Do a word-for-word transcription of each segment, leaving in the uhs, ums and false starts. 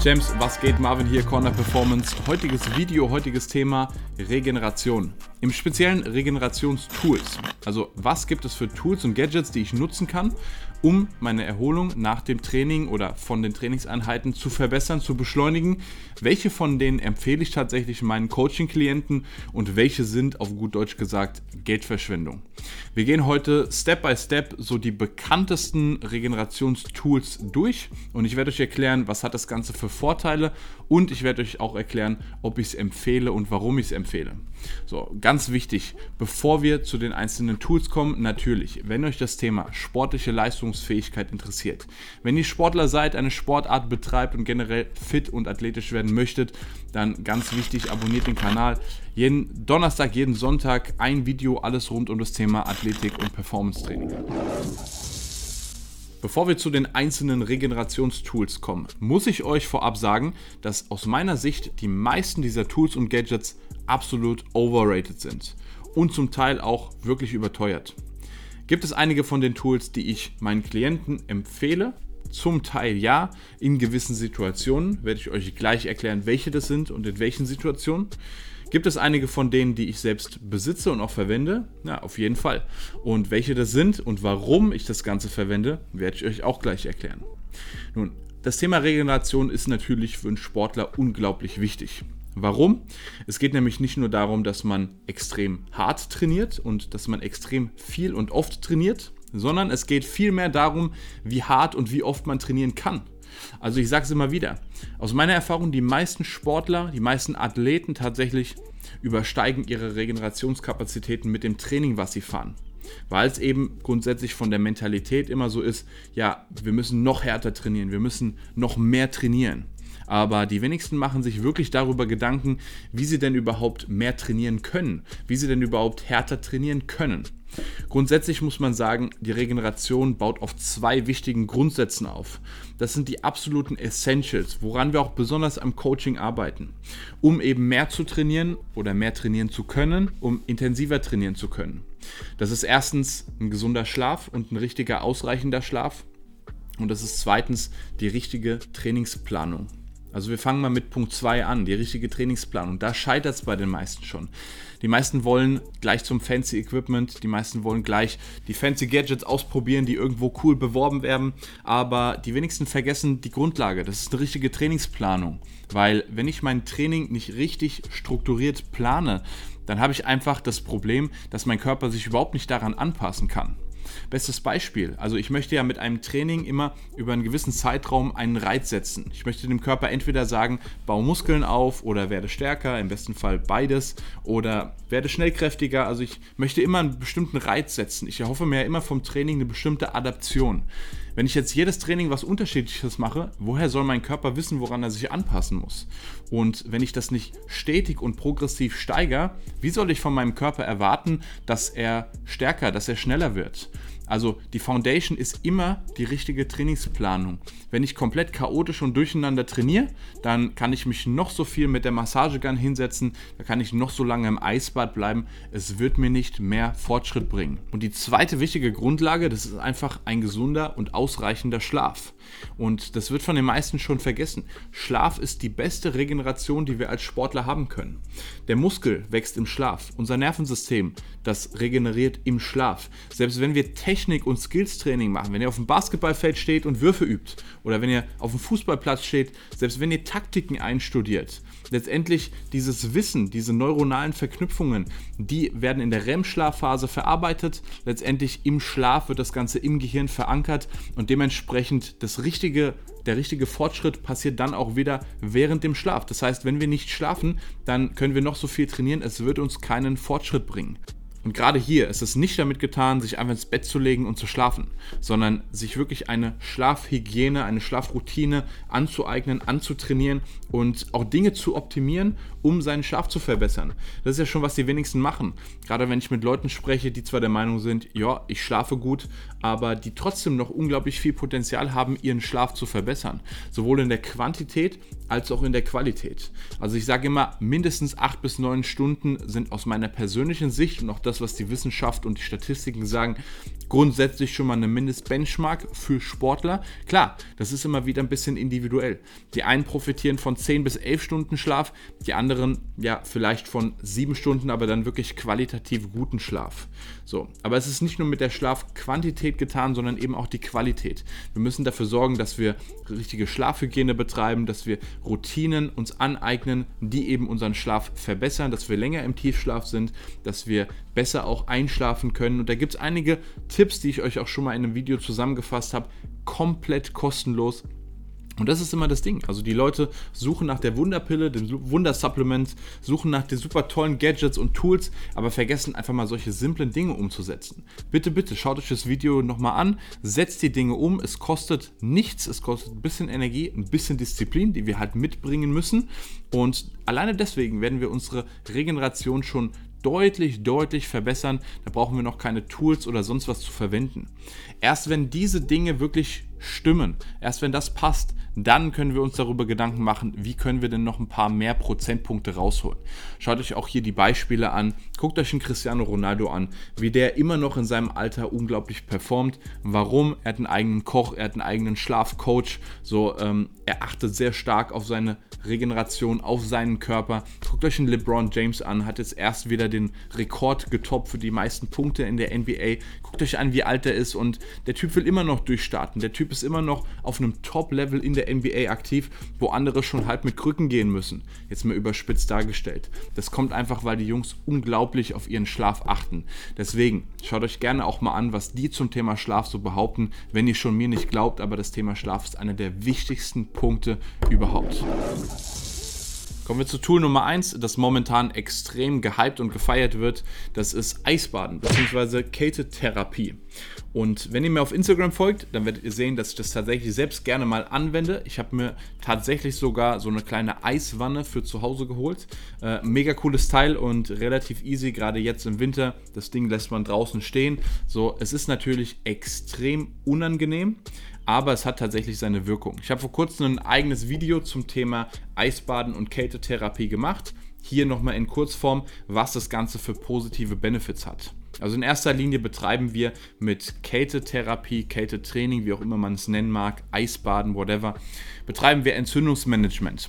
James, was geht? Marvin hier, Corner Performance. Heutiges Video, heutiges Thema Regeneration. Im speziellen Regenerationstools. Also was gibt es für Tools und Gadgets, die ich nutzen kann, um meine Erholung nach dem Training oder von den Trainingseinheiten zu verbessern, zu beschleunigen. Welche von denen empfehle ich tatsächlich meinen Coaching-Klienten und welche sind, auf gut Deutsch gesagt, Geldverschwendung. Wir gehen heute Step by Step so die bekanntesten Regenerationstools durch und ich werde euch erklären, was hat das Ganze für Vorteile und ich werde euch auch erklären, ob ich es empfehle und warum ich es empfehle. So, ganz wichtig, bevor wir zu den einzelnen Tools kommen, natürlich, wenn euch das Thema sportliche Leistungsfähigkeit interessiert, wenn ihr Sportler seid, eine Sportart betreibt und generell fit und athletisch werden möchtet, dann ganz wichtig, abonniert den Kanal. Jeden Donnerstag, jeden Sonntag ein Video, alles rund um das Thema Athletik und Performance Training. Bevor wir zu den einzelnen Regenerationstools kommen, muss ich euch vorab sagen, dass aus meiner Sicht die meisten dieser Tools und Gadgets absolut overrated sind und zum Teil auch wirklich überteuert. Gibt es einige von den Tools, die ich meinen Klienten empfehle? Zum Teil ja, in gewissen Situationen werde ich euch gleich erklären, welche das sind und in welchen Situationen. Gibt es einige von denen, die ich selbst besitze und auch verwende? Ja, auf jeden Fall. Und welche das sind und warum ich das Ganze verwende, werde ich euch auch gleich erklären. Nun, das Thema Regeneration ist natürlich für einen Sportler unglaublich wichtig. Warum? Es geht nämlich nicht nur darum, dass man extrem hart trainiert und dass man extrem viel und oft trainiert, sondern es geht vielmehr darum, wie hart und wie oft man trainieren kann. Also ich sage es immer wieder, aus meiner Erfahrung, die meisten Sportler, die meisten Athleten tatsächlich übersteigen ihre Regenerationskapazitäten mit dem Training, was sie fahren. Weil es eben grundsätzlich von der Mentalität immer so ist, ja, wir müssen noch härter trainieren, wir müssen noch mehr trainieren. Aber die wenigsten machen sich wirklich darüber Gedanken, wie sie denn überhaupt mehr trainieren können, wie sie denn überhaupt härter trainieren können. Grundsätzlich muss man sagen, die Regeneration baut auf zwei wichtigen Grundsätzen auf. Das sind die absoluten Essentials, woran wir auch besonders am Coaching arbeiten, um eben mehr zu trainieren oder mehr trainieren zu können, um intensiver trainieren zu können. Das ist erstens ein gesunder Schlaf und ein richtiger, ausreichender Schlaf. Und das ist zweitens die richtige Trainingsplanung. Also wir fangen mal mit Punkt zwei an, die richtige Trainingsplanung. Da scheitert es bei den meisten schon. Die meisten wollen gleich zum fancy Equipment, die meisten wollen gleich die fancy Gadgets ausprobieren, die irgendwo cool beworben werden, aber die wenigsten vergessen die Grundlage, das ist eine richtige Trainingsplanung, weil wenn ich mein Training nicht richtig strukturiert plane, dann habe ich einfach das Problem, dass mein Körper sich überhaupt nicht daran anpassen kann. Bestes Beispiel, also ich möchte ja mit einem Training immer über einen gewissen Zeitraum einen Reiz setzen. Ich möchte dem Körper entweder sagen, bau Muskeln auf oder werde stärker, im besten Fall beides, oder werde schnellkräftiger. Also ich möchte immer einen bestimmten Reiz setzen. Ich erhoffe mir ja immer vom Training eine bestimmte Adaption. Wenn ich jetzt jedes Training was Unterschiedliches mache, woher soll mein Körper wissen, woran er sich anpassen muss? Und wenn ich das nicht stetig und progressiv steigere, wie soll ich von meinem Körper erwarten, dass er stärker, dass er schneller wird? Also die Foundation ist immer die richtige Trainingsplanung. Wenn ich komplett chaotisch und durcheinander trainiere, dann kann ich mich noch so viel mit der Massagegun hinsetzen, da kann ich noch so lange im Eisbad bleiben, es wird mir nicht mehr Fortschritt bringen. Und die zweite wichtige Grundlage, das ist einfach ein gesunder und ausreichender Schlaf. Und das wird von den meisten schon vergessen. Schlaf ist die beste Regeneration, die wir als Sportler haben können. Der Muskel wächst im Schlaf, unser Nervensystem, das regeneriert im Schlaf. Selbst wenn wir Technik- und Skills-Training machen, wenn ihr auf dem Basketballfeld steht und Würfe übt oder wenn ihr auf dem Fußballplatz steht, selbst wenn ihr Taktiken einstudiert, letztendlich dieses Wissen, diese neuronalen Verknüpfungen, die werden in der R E M-Schlafphase verarbeitet, letztendlich im Schlaf wird das Ganze im Gehirn verankert und dementsprechend das richtige, der richtige Fortschritt passiert dann auch wieder während dem Schlaf. Das heißt, wenn wir nicht schlafen, dann können wir noch so viel trainieren, es wird uns keinen Fortschritt bringen. Und gerade hier ist es nicht damit getan, sich einfach ins Bett zu legen und zu schlafen, sondern sich wirklich eine Schlafhygiene, eine Schlafroutine anzueignen, anzutrainieren und auch Dinge zu optimieren, um seinen Schlaf zu verbessern. Das ist ja schon, was die wenigsten machen. Gerade wenn ich mit Leuten spreche, die zwar der Meinung sind, ja, ich schlafe gut, aber die trotzdem noch unglaublich viel Potenzial haben, ihren Schlaf zu verbessern. Sowohl in der Quantität als auch in der Qualität. Also ich sage immer, mindestens acht bis neun Stunden sind aus meiner persönlichen Sicht, und auch das das, was die Wissenschaft und die Statistiken sagen, grundsätzlich schon mal eine Mindestbenchmark für Sportler. Klar, das ist immer wieder ein bisschen individuell. Die einen profitieren von zehn bis elf Stunden Schlaf, die anderen ja vielleicht von sieben Stunden, aber dann wirklich qualitativ guten Schlaf. So, aber es ist nicht nur mit der Schlafquantität getan, sondern eben auch die Qualität. Wir müssen dafür sorgen, dass wir richtige Schlafhygiene betreiben, dass wir Routinen uns aneignen, die eben unseren Schlaf verbessern, dass wir länger im Tiefschlaf sind, dass wir besser auch einschlafen können. Und da gibt es einige Tipps, die ich euch auch schon mal in einem Video zusammengefasst habe, komplett kostenlos. Und das ist immer das Ding. Also die Leute suchen nach der Wunderpille, dem Wundersupplement, suchen nach den super tollen Gadgets und Tools, aber vergessen einfach mal solche simplen Dinge umzusetzen. Bitte, bitte schaut euch das Video nochmal an, setzt die Dinge um. Es kostet nichts, es kostet ein bisschen Energie, ein bisschen Disziplin, die wir halt mitbringen müssen. Und alleine deswegen werden wir unsere Regeneration schon deutlich, deutlich verbessern. Da brauchen wir noch keine Tools oder sonst was zu verwenden. Erst wenn diese Dinge wirklich stimmen, erst wenn das passt, dann können wir uns darüber Gedanken machen, wie können wir denn noch ein paar mehr Prozentpunkte rausholen. Schaut euch auch hier die Beispiele an, guckt euch einen Cristiano Ronaldo an, wie der immer noch in seinem Alter unglaublich performt. Warum? Er hat einen eigenen Koch, er hat einen eigenen Schlafcoach, so, ähm, er achtet sehr stark auf seine Regeneration, auf seinen Körper. Guckt euch einen LeBron James an, hat jetzt erst wieder den Rekord getoppt für die meisten Punkte in der N B A. Guckt euch an, wie alt er ist, und der Typ will immer noch durchstarten. Der Typ ist immer noch auf einem Top-Level in der N B A aktiv, wo andere schon halb mit Krücken gehen müssen. Jetzt mal überspitzt dargestellt. Das kommt einfach, weil die Jungs unglaublich auf ihren Schlaf achten. Deswegen schaut euch gerne auch mal an, was die zum Thema Schlaf so behaupten, wenn ihr schon mir nicht glaubt, aber das Thema Schlaf ist einer der wichtigsten Punkte überhaupt. Kommen wir zu Tool Nummer eins, das momentan extrem gehypt und gefeiert wird. Das ist Eisbaden bzw. Kältetherapie. Und wenn ihr mir auf Instagram folgt, dann werdet ihr sehen, dass ich das tatsächlich selbst gerne mal anwende. Ich habe mir tatsächlich sogar so eine kleine Eiswanne für zu Hause geholt. Äh, mega cooles Teil und relativ easy, gerade jetzt im Winter. Das Ding lässt man draußen stehen. So, es ist natürlich extrem unangenehm, aber es hat tatsächlich seine Wirkung. Ich habe vor kurzem ein eigenes Video zum Thema Eisbaden und Kältetherapie gemacht. Hier nochmal in Kurzform, was das Ganze für positive Benefits hat. Also in erster Linie betreiben wir mit Kältetherapie, Kältetraining, wie auch immer man es nennen mag, Eisbaden, whatever, betreiben wir Entzündungsmanagement.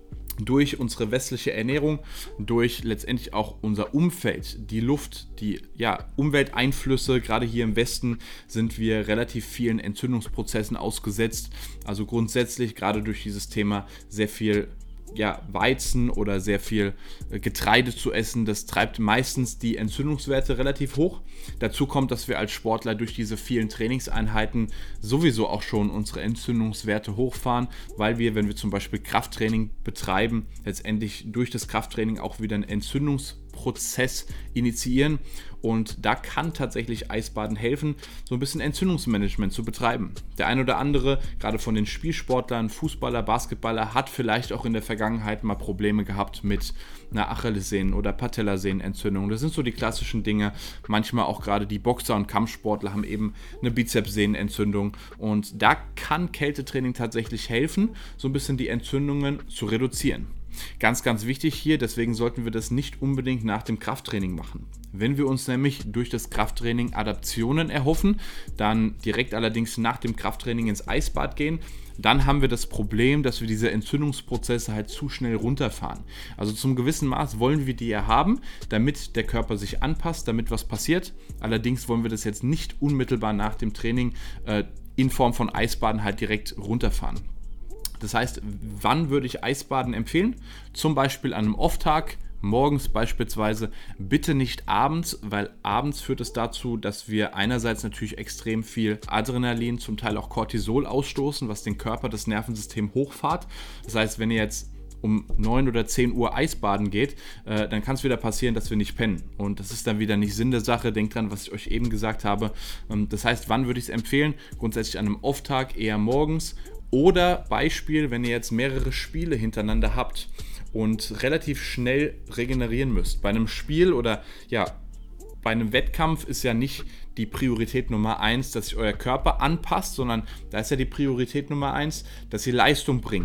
Durch unsere westliche Ernährung, durch letztendlich auch unser Umfeld, die Luft, die ja, Umwelteinflüsse, gerade hier im Westen sind wir relativ vielen Entzündungsprozessen ausgesetzt. Also grundsätzlich gerade durch dieses Thema sehr viel ja, Weizen oder sehr viel Getreide zu essen, das treibt meistens die Entzündungswerte relativ hoch. Dazu kommt, dass wir als Sportler durch diese vielen Trainingseinheiten sowieso auch schon unsere Entzündungswerte hochfahren, weil wir, wenn wir zum Beispiel Krafttraining betreiben, letztendlich durch das Krafttraining auch wieder einen Entzündungsprozess initiieren. Und da kann tatsächlich Eisbaden helfen, so ein bisschen Entzündungsmanagement zu betreiben. Der ein oder andere, gerade von den Spielsportlern, Fußballer, Basketballer, hat vielleicht auch in der Vergangenheit mal Probleme gehabt mit einer Achillessehnen- oder Patellasehnenentzündung. Das sind so die klassischen Dinge. Manchmal auch gerade die Boxer und Kampfsportler haben eben eine Bizepssehnenentzündung. Und da kann Kältetraining tatsächlich helfen, so ein bisschen die Entzündungen zu reduzieren. Ganz, ganz wichtig hier, deswegen sollten wir das nicht unbedingt nach dem Krafttraining machen. Wenn wir uns nämlich durch das Krafttraining Adaptionen erhoffen, dann direkt allerdings nach dem Krafttraining ins Eisbad gehen, dann haben wir das Problem, dass wir diese Entzündungsprozesse halt zu schnell runterfahren. Also zum gewissen Maß wollen wir die ja haben, damit der Körper sich anpasst, damit was passiert. Allerdings wollen wir das jetzt nicht unmittelbar nach dem Training äh, in Form von Eisbaden halt direkt runterfahren. Das heißt, wann würde ich Eisbaden empfehlen? Zum Beispiel an einem Off-Tag, morgens beispielsweise, bitte nicht abends, weil abends führt es dazu, dass wir einerseits natürlich extrem viel Adrenalin, zum Teil auch Cortisol ausstoßen, was den Körper, das Nervensystem hochfahrt. Das heißt, wenn ihr jetzt um neun oder zehn Uhr Eisbaden geht, äh, dann kann es wieder passieren, dass wir nicht pennen. Und das ist dann wieder nicht Sinn der Sache. Denkt dran, was ich euch eben gesagt habe. Ähm, das heißt, wann würde ich es empfehlen? Grundsätzlich an einem Off-Tag eher morgens. Oder Beispiel, wenn ihr jetzt mehrere Spiele hintereinander habt und relativ schnell regenerieren müsst. Bei einem Spiel oder ja, bei einem Wettkampf ist ja nicht die Priorität Nummer eins, dass sich euer Körper anpasst, sondern da ist ja die Priorität Nummer eins, dass ihr Leistung bringt.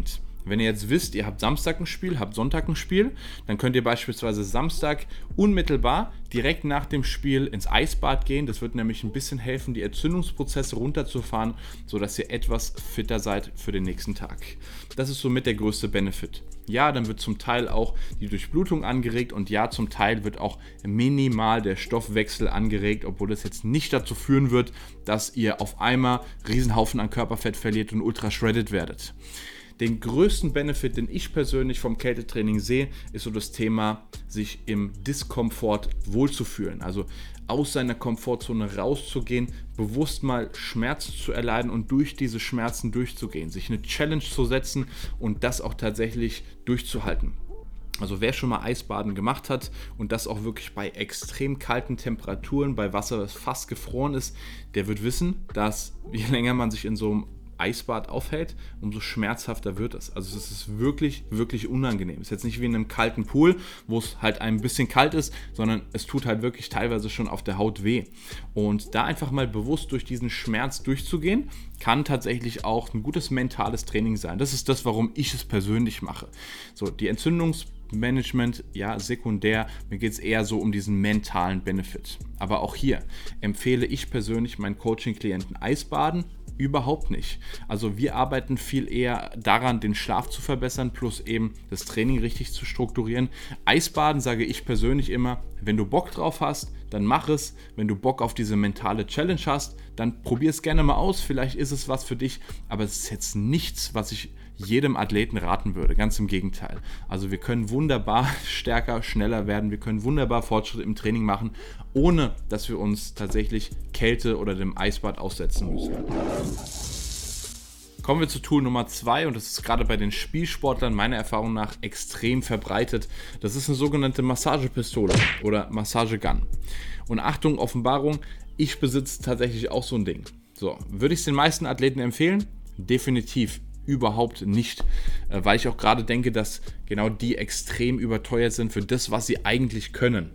Wenn ihr jetzt wisst, ihr habt Samstag ein Spiel, habt Sonntag ein Spiel, dann könnt ihr beispielsweise Samstag unmittelbar direkt nach dem Spiel ins Eisbad gehen. Das wird nämlich ein bisschen helfen, die Entzündungsprozesse runterzufahren, sodass ihr etwas fitter seid für den nächsten Tag. Das ist somit der größte Benefit. Ja, dann wird zum Teil auch die Durchblutung angeregt und ja, zum Teil wird auch minimal der Stoffwechsel angeregt, obwohl das jetzt nicht dazu führen wird, dass ihr auf einmal Riesenhaufen an Körperfett verliert und ultra shredded werdet. Den größten Benefit, den ich persönlich vom Kältetraining sehe, ist so das Thema, sich im Diskomfort wohlzufühlen. Also aus seiner Komfortzone rauszugehen, bewusst mal Schmerzen zu erleiden und durch diese Schmerzen durchzugehen, sich eine Challenge zu setzen und das auch tatsächlich durchzuhalten. Also wer schon mal Eisbaden gemacht hat und das auch wirklich bei extrem kalten Temperaturen, bei Wasser, das fast gefroren ist, der wird wissen, dass je länger man sich in so einem Eisbad aufhält, umso schmerzhafter wird es. Also es ist wirklich, wirklich unangenehm. Es ist jetzt nicht wie in einem kalten Pool, wo es halt ein bisschen kalt ist, sondern es tut halt wirklich teilweise schon auf der Haut weh. Und da einfach mal bewusst durch diesen Schmerz durchzugehen, kann tatsächlich auch ein gutes mentales Training sein. Das ist das, warum ich es persönlich mache. So, die Entzündungsmanagement, ja, sekundär, mir geht es eher so um diesen mentalen Benefit. Aber auch hier empfehle ich persönlich meinen Coaching-Klienten Eisbaden überhaupt nicht. Also wir arbeiten viel eher daran, den Schlaf zu verbessern, plus eben das Training richtig zu strukturieren. Eisbaden sage ich persönlich immer, wenn du Bock drauf hast, dann mach es. Wenn du Bock auf diese mentale Challenge hast, dann probier es gerne mal aus. Vielleicht ist es was für dich, aber es ist jetzt nichts, was ich jedem Athleten raten würde. Ganz im Gegenteil. Also wir können wunderbar stärker, schneller werden. Wir können wunderbar Fortschritte im Training machen, ohne dass wir uns tatsächlich Kälte oder dem Eisbad aussetzen müssen. Kommen wir zu Tool Nummer zwei und das ist gerade bei den Spielsportlern meiner Erfahrung nach extrem verbreitet. Das ist eine sogenannte Massagepistole oder Massagegun. Und Achtung, Offenbarung, ich besitze tatsächlich auch so ein Ding. So, würde ich es den meisten Athleten empfehlen? Definitiv überhaupt nicht, weil ich auch gerade denke, dass genau die extrem überteuert sind für das, was sie eigentlich können.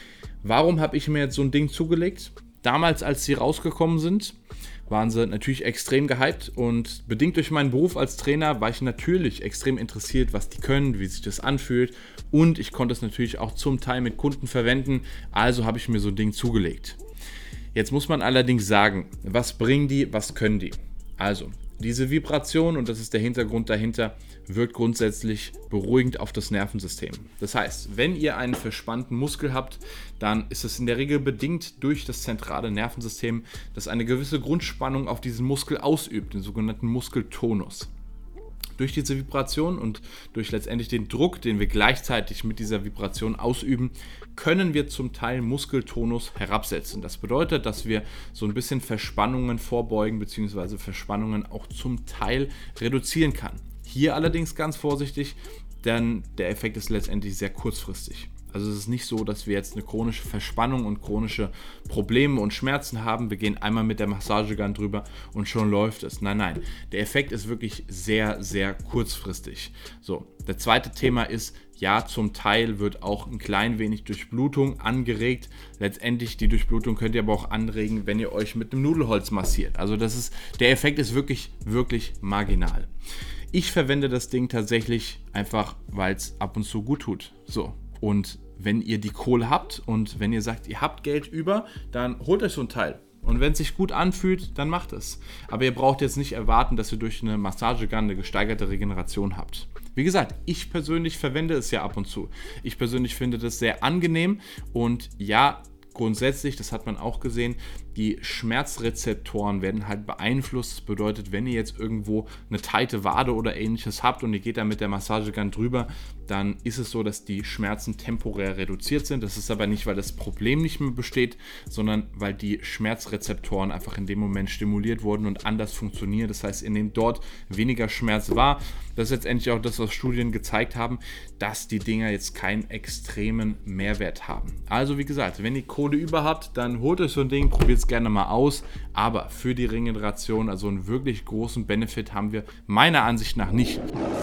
Warum habe ich mir jetzt so ein Ding zugelegt? Damals, als sie rausgekommen sind, waren sie natürlich extrem gehypt und bedingt durch meinen Beruf als Trainer war ich natürlich extrem interessiert, was die können, wie sich das anfühlt und ich konnte es natürlich auch zum Teil mit Kunden verwenden, also habe ich mir so ein Ding zugelegt. Jetzt muss man allerdings sagen, was bringen die, was können die? Also, diese Vibration, und das ist der Hintergrund dahinter, wirkt grundsätzlich beruhigend auf das Nervensystem. Das heißt, wenn ihr einen verspannten Muskel habt, dann ist es in der Regel bedingt durch das zentrale Nervensystem, das eine gewisse Grundspannung auf diesen Muskel ausübt, den sogenannten Muskeltonus. Durch diese Vibration und durch letztendlich den Druck, den wir gleichzeitig mit dieser Vibration ausüben, können wir zum Teil Muskeltonus herabsetzen. Das bedeutet, dass wir so ein bisschen Verspannungen vorbeugen bzw. Verspannungen auch zum Teil reduzieren kann. Hier allerdings ganz vorsichtig, denn der Effekt ist letztendlich sehr kurzfristig. Also es ist nicht so, dass wir jetzt eine chronische Verspannung und chronische Probleme und Schmerzen haben. Wir gehen einmal mit der Massagegun drüber und schon läuft es. Nein, nein, der Effekt ist wirklich sehr, sehr kurzfristig. So, das zweite Thema ist, ja, zum Teil wird auch ein klein wenig Durchblutung angeregt. Letztendlich die Durchblutung könnt ihr aber auch anregen, wenn ihr euch mit einem Nudelholz massiert. Also das ist, der Effekt ist wirklich, wirklich marginal. Ich verwende das Ding tatsächlich einfach, weil es ab und zu gut tut. So, und wenn ihr die Kohle habt und wenn ihr sagt, ihr habt Geld über, dann holt euch so ein Teil. Und wenn es sich gut anfühlt, dann macht es. Aber ihr braucht jetzt nicht erwarten, dass ihr durch eine Massagegun eine gesteigerte Regeneration habt. Wie gesagt, ich persönlich verwende es ja ab und zu. Ich persönlich finde das sehr angenehm und ja, grundsätzlich, das hat man auch gesehen, die Schmerzrezeptoren werden halt beeinflusst. Das bedeutet, wenn ihr jetzt irgendwo eine teite Wade oder ähnliches habt und ihr geht da mit der Massagegun drüber, dann ist es so, dass die Schmerzen temporär reduziert sind. Das ist aber nicht, weil das Problem nicht mehr besteht, sondern weil die Schmerzrezeptoren einfach in dem Moment stimuliert wurden und anders funktionieren. Das heißt, ihr nehmt dort weniger Schmerz wahr. Das ist letztendlich auch das, was Studien gezeigt haben, dass die Dinger jetzt keinen extremen Mehrwert haben. Also wie gesagt, wenn ihr Kohle über habt, dann holt euch so ein Ding, probiert es gerne mal aus. Aber für die Regeneration, also einen wirklich großen Benefit haben wir meiner Ansicht nach nicht.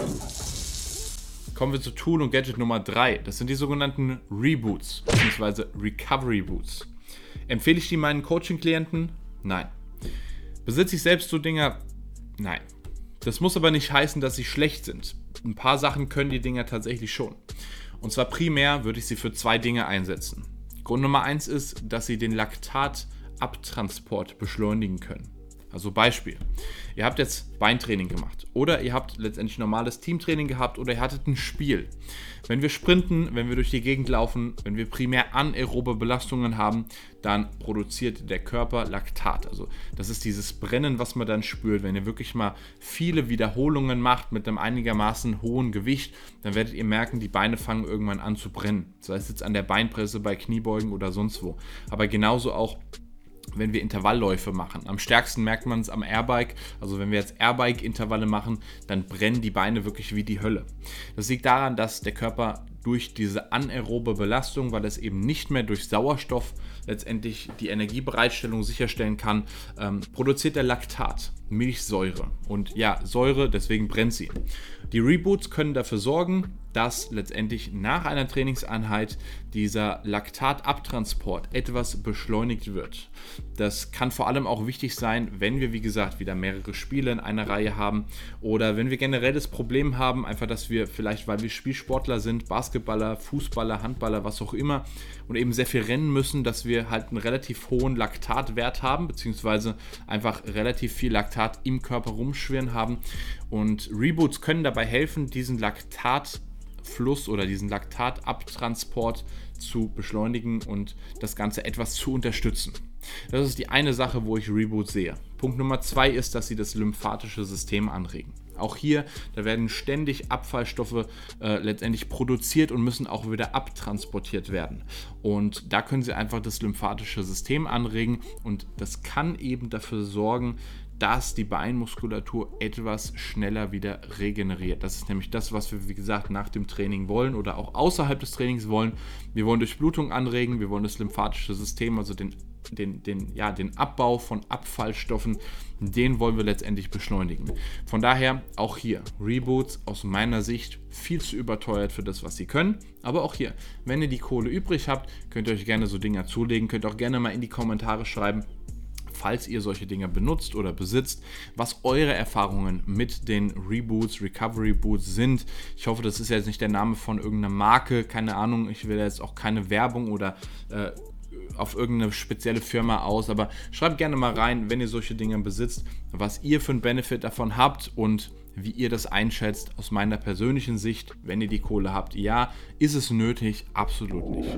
Kommen wir zu Tool und Gadget Nummer drei. Das sind die sogenannten Reboots bzw. Recovery Boots. Empfehle ich die meinen Coaching-Klienten? Nein. Besitze ich selbst so Dinger? Nein. Das muss aber nicht heißen, dass sie schlecht sind. ein paar Sachen können die Dinger tatsächlich schon. Und zwar primär würde ich sie für zwei Dinge einsetzen. Grund Nummer eins ist, dass sie den Laktatabtransport beschleunigen können. Also Beispiel, ihr habt jetzt Beintraining gemacht oder ihr habt letztendlich normales Teamtraining gehabt oder ihr hattet ein Spiel. Wenn wir sprinten, wenn wir durch die Gegend laufen, wenn wir primär anaerobe Belastungen haben, dann produziert der Körper Laktat. Also das ist dieses Brennen, was man dann spürt. Wenn ihr wirklich mal viele Wiederholungen macht mit einem einigermaßen hohen Gewicht, dann werdet ihr merken, die Beine fangen irgendwann an zu brennen. Sei es jetzt an der Beinpresse, bei Kniebeugen oder sonst wo. Aber genauso auch wenn wir Intervallläufe machen. Am stärksten merkt man es am Airbike. Also wenn wir jetzt Airbike-Intervalle machen, dann brennen die Beine wirklich wie die Hölle. Das liegt daran, dass der Körper durch diese anaerobe Belastung, weil es eben nicht mehr durch Sauerstoff letztendlich die Energiebereitstellung sicherstellen kann, ähm, produziert er Laktat, Milchsäure. Und ja, Säure, deswegen brennt sie. Die Reboots können dafür sorgen, dass letztendlich nach einer Trainingseinheit dieser Laktatabtransport etwas beschleunigt wird. Das kann vor allem auch wichtig sein, wenn wir, wie gesagt, wieder mehrere Spiele in einer Reihe haben oder wenn wir generell das Problem haben, einfach, dass wir vielleicht, weil wir Spielsportler sind, Basketballer, Fußballer, Handballer, was auch immer und eben sehr viel rennen müssen, dass wir halt einen relativ hohen Laktatwert haben, beziehungsweise einfach relativ viel Laktat im Körper rumschwirren haben und Reboots können dabei helfen, diesen Laktatfluss oder diesen Laktatabtransport zu beschleunigen und das Ganze etwas zu unterstützen. Das ist die eine Sache, wo ich Reboots sehe. Punkt Nummer zwei ist, dass sie das lymphatische System anregen. Auch hier, da werden ständig Abfallstoffe äh, letztendlich produziert und müssen auch wieder abtransportiert werden. Und da können sie einfach das lymphatische System anregen und das kann eben dafür sorgen, dass die Beinmuskulatur etwas schneller wieder regeneriert. Das ist nämlich das, was wir, wie gesagt, nach dem Training wollen oder auch außerhalb des Trainings wollen. Wir wollen Durchblutung anregen, wir wollen das lymphatische System, also den, den, den, ja, den Abbau von Abfallstoffen, den wollen wir letztendlich beschleunigen. Von daher auch hier, Reboots aus meiner Sicht viel zu überteuert für das, was sie können. Aber auch hier, wenn ihr die Kohle übrig habt, könnt ihr euch gerne so Dinger zulegen, könnt auch gerne mal in die Kommentare schreiben, falls ihr solche Dinge benutzt oder besitzt, was eure Erfahrungen mit den Reboots, Recovery Boots sind. Ich hoffe, das ist jetzt nicht der Name von irgendeiner Marke, keine Ahnung, ich will jetzt auch keine Werbung oder äh, auf irgendeine spezielle Firma aus, aber schreibt gerne mal rein, wenn ihr solche Dinge besitzt, was ihr für einen Benefit davon habt und wie ihr das einschätzt. Aus meiner persönlichen Sicht, wenn ihr die Kohle habt, ja, ist es nötig? Absolut nicht.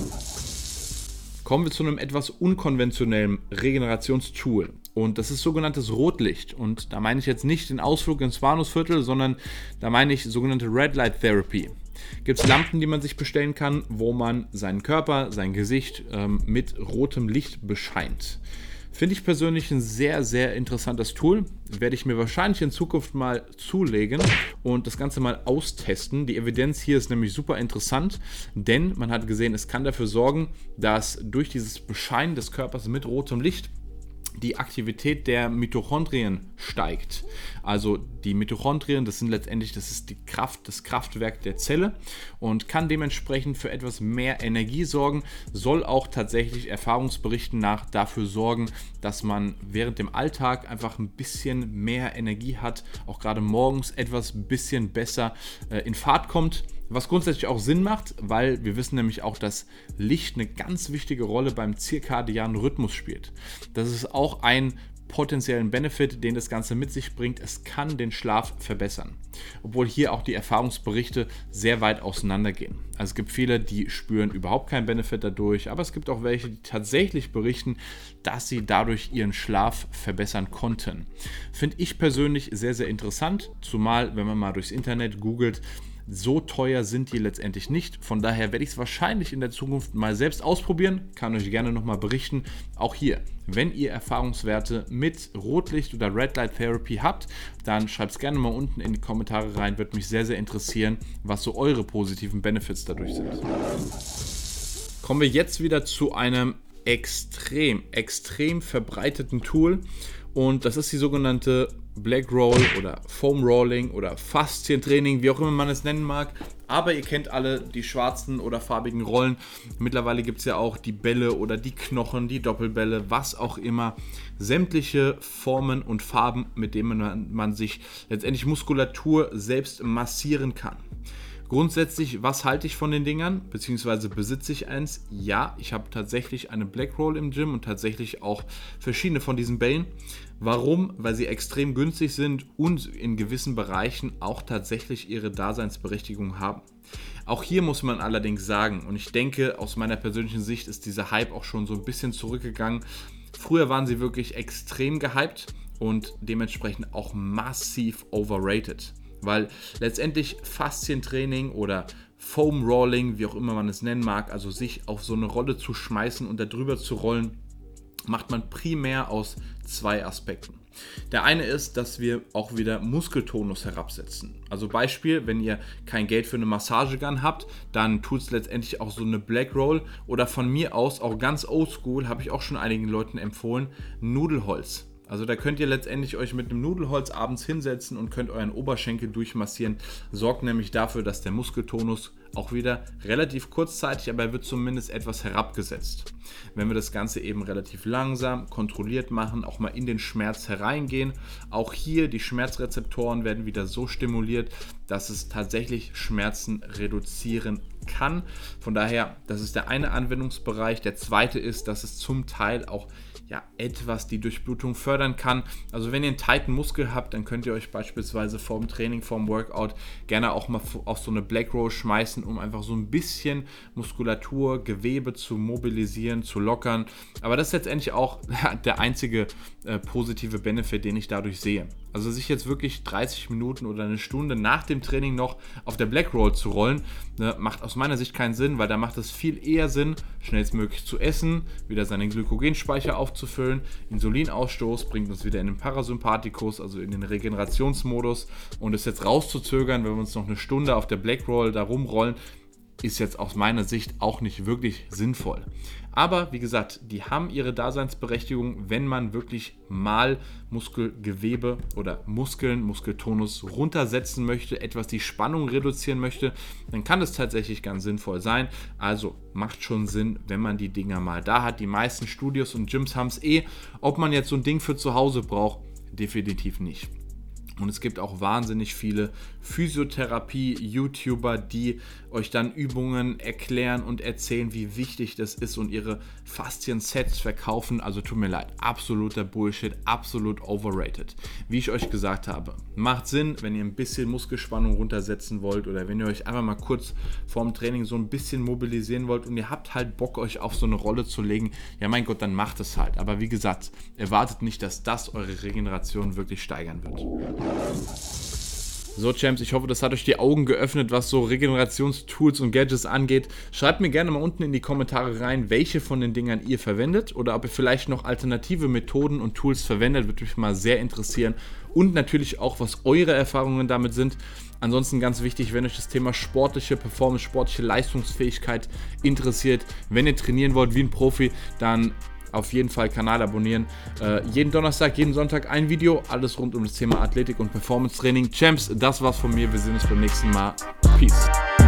Kommen wir zu einem etwas unkonventionellen Regenerationstool und das ist sogenanntes Rotlicht und da meine ich jetzt nicht den Ausflug ins Bahnhofsviertel, sondern da meine ich sogenannte Red Light Therapy. Gibt es Lampen, die man sich bestellen kann, wo man seinen Körper, sein Gesicht ähm, mit rotem Licht bescheint. Finde ich persönlich ein sehr, sehr interessantes Tool. Werde ich mir wahrscheinlich in Zukunft mal zulegen und das Ganze mal austesten. Die Evidenz hier ist nämlich super interessant, denn man hat gesehen, es kann dafür sorgen, dass durch dieses Bescheinen des Körpers mit rotem Licht die Aktivität der Mitochondrien steigt. Also die Mitochondrien, das sind letztendlich, das ist die Kraft, das Kraftwerk der Zelle und kann dementsprechend für etwas mehr Energie sorgen, soll auch tatsächlich Erfahrungsberichten nach dafür sorgen, dass man während dem Alltag einfach ein bisschen mehr Energie hat, auch gerade morgens etwas bisschen besser äh, in Fahrt kommt. Was grundsätzlich auch Sinn macht, weil wir wissen nämlich auch, dass Licht eine ganz wichtige Rolle beim zirkadianen Rhythmus spielt. Das ist auch ein potenziellen Benefit, den das Ganze mit sich bringt. Es kann den Schlaf verbessern, obwohl hier auch die Erfahrungsberichte sehr weit auseinandergehen. Also es gibt viele, die spüren überhaupt keinen Benefit dadurch, aber es gibt auch welche, die tatsächlich berichten, dass sie dadurch ihren Schlaf verbessern konnten. Finde ich persönlich sehr, sehr interessant, zumal wenn man mal durchs Internet googelt, so teuer sind die letztendlich nicht. Von daher werde ich es wahrscheinlich in der Zukunft mal selbst ausprobieren. Kann euch gerne nochmal berichten. Auch hier, wenn ihr Erfahrungswerte mit Rotlicht oder Red Light Therapy habt, dann schreibt es gerne mal unten in die Kommentare rein. Würde mich sehr, sehr interessieren, was so eure positiven Benefits dadurch sind. Kommen wir jetzt wieder zu einem extrem, extrem verbreiteten Tool. Und das ist die sogenannte Black Roll oder Foam Rolling oder Faszientraining, wie auch immer man es nennen mag. Aber ihr kennt alle die schwarzen oder farbigen Rollen. Mittlerweile gibt es ja auch die Bälle oder die Knochen, die Doppelbälle, was auch immer. Sämtliche Formen und Farben, mit denen man, man sich letztendlich Muskulatur selbst massieren kann. Grundsätzlich, was halte ich von den Dingern, beziehungsweise besitze ich eins? Ja, ich habe tatsächlich eine Black Roll im Gym und tatsächlich auch verschiedene von diesen Bällen. Warum? Weil sie extrem günstig sind und in gewissen Bereichen auch tatsächlich ihre Daseinsberechtigung haben. Auch hier muss man allerdings sagen, und ich denke, aus meiner persönlichen Sicht ist dieser Hype auch schon so ein bisschen zurückgegangen. Früher waren sie wirklich extrem gehypt und dementsprechend auch massiv overrated. Weil letztendlich Faszientraining oder Foam Rolling, wie auch immer man es nennen mag, also sich auf so eine Rolle zu schmeißen und darüber zu rollen, macht man primär aus zwei Aspekten. Der eine ist, dass wir auch wieder Muskeltonus herabsetzen. Also Beispiel, wenn ihr kein Geld für eine Massagegun habt, dann tut es letztendlich auch so eine Black Roll oder von mir aus auch ganz oldschool, habe ich auch schon einigen Leuten empfohlen, Nudelholz. Also da könnt ihr letztendlich euch mit einem Nudelholz abends hinsetzen und könnt euren Oberschenkel durchmassieren. Sorgt nämlich dafür, dass der Muskeltonus auch wieder relativ kurzzeitig, aber er wird zumindest etwas herabgesetzt. Wenn wir das Ganze eben relativ langsam, kontrolliert machen, auch mal in den Schmerz hereingehen. Auch hier die Schmerzrezeptoren werden wieder so stimuliert, dass es tatsächlich Schmerzen reduzieren kann. Von daher, das ist der eine Anwendungsbereich. Der zweite ist, dass es zum Teil auch ja, etwas die Durchblutung fördern kann. Also wenn ihr einen tighten Muskel habt, dann könnt ihr euch beispielsweise vorm Training, vorm Workout gerne auch mal auf so eine Black Roll schmeißen, um einfach so ein bisschen Muskulatur, Gewebe zu mobilisieren, zu lockern. Aber das ist letztendlich auch der einzige äh, positive Benefit, den ich dadurch sehe. Also sich jetzt wirklich dreißig Minuten oder eine Stunde nach dem Training noch auf der Black Roll zu rollen, ne, macht aus meiner Sicht keinen Sinn, weil da macht es viel eher Sinn, schnellstmöglich zu essen, wieder seinen Glykogenspeicher aufzufüllen. Insulinausstoß bringt uns wieder in den Parasympathikus, also in den Regenerationsmodus. Und es jetzt rauszuzögern, wenn wir uns noch eine Stunde auf der Black Roll da rumrollen, ist jetzt aus meiner Sicht auch nicht wirklich sinnvoll. Aber wie gesagt, die haben ihre Daseinsberechtigung, wenn man wirklich mal Muskelgewebe oder Muskeln, Muskeltonus runtersetzen möchte, etwas die Spannung reduzieren möchte, dann kann es tatsächlich ganz sinnvoll sein. Also macht schon Sinn, wenn man die Dinger mal da hat. Die meisten Studios und Gyms haben es eh. Ob man jetzt so ein Ding für zu Hause braucht, definitiv nicht. Und es gibt auch wahnsinnig viele Physiotherapie-YouTuber, die euch dann Übungen erklären und erzählen, wie wichtig das ist und ihre Faszien-Sets verkaufen. Also tut mir leid, absoluter Bullshit, absolut overrated. Wie ich euch gesagt habe, macht Sinn, wenn ihr ein bisschen Muskelspannung runtersetzen wollt oder wenn ihr euch einfach mal kurz vorm Training so ein bisschen mobilisieren wollt und ihr habt halt Bock, euch auf so eine Rolle zu legen. Ja mein Gott, dann macht es halt. Aber wie gesagt, erwartet nicht, dass das eure Regeneration wirklich steigern wird. So Champs, ich hoffe, das hat euch die Augen geöffnet, was so Regenerationstools und Gadgets angeht. Schreibt mir gerne mal unten in die Kommentare rein, welche von den Dingern ihr verwendet oder ob ihr vielleicht noch alternative Methoden und Tools verwendet, würde mich mal sehr interessieren. Und natürlich auch, was eure Erfahrungen damit sind. Ansonsten ganz wichtig, wenn euch das Thema sportliche Performance, sportliche Leistungsfähigkeit interessiert, wenn ihr trainieren wollt wie ein Profi, dann auf jeden Fall Kanal abonnieren. Äh, jeden Donnerstag, jeden Sonntag ein Video. Alles rund um das Thema Athletik und Performance Training. Champs, das war's von mir. Wir sehen uns beim nächsten Mal. Peace.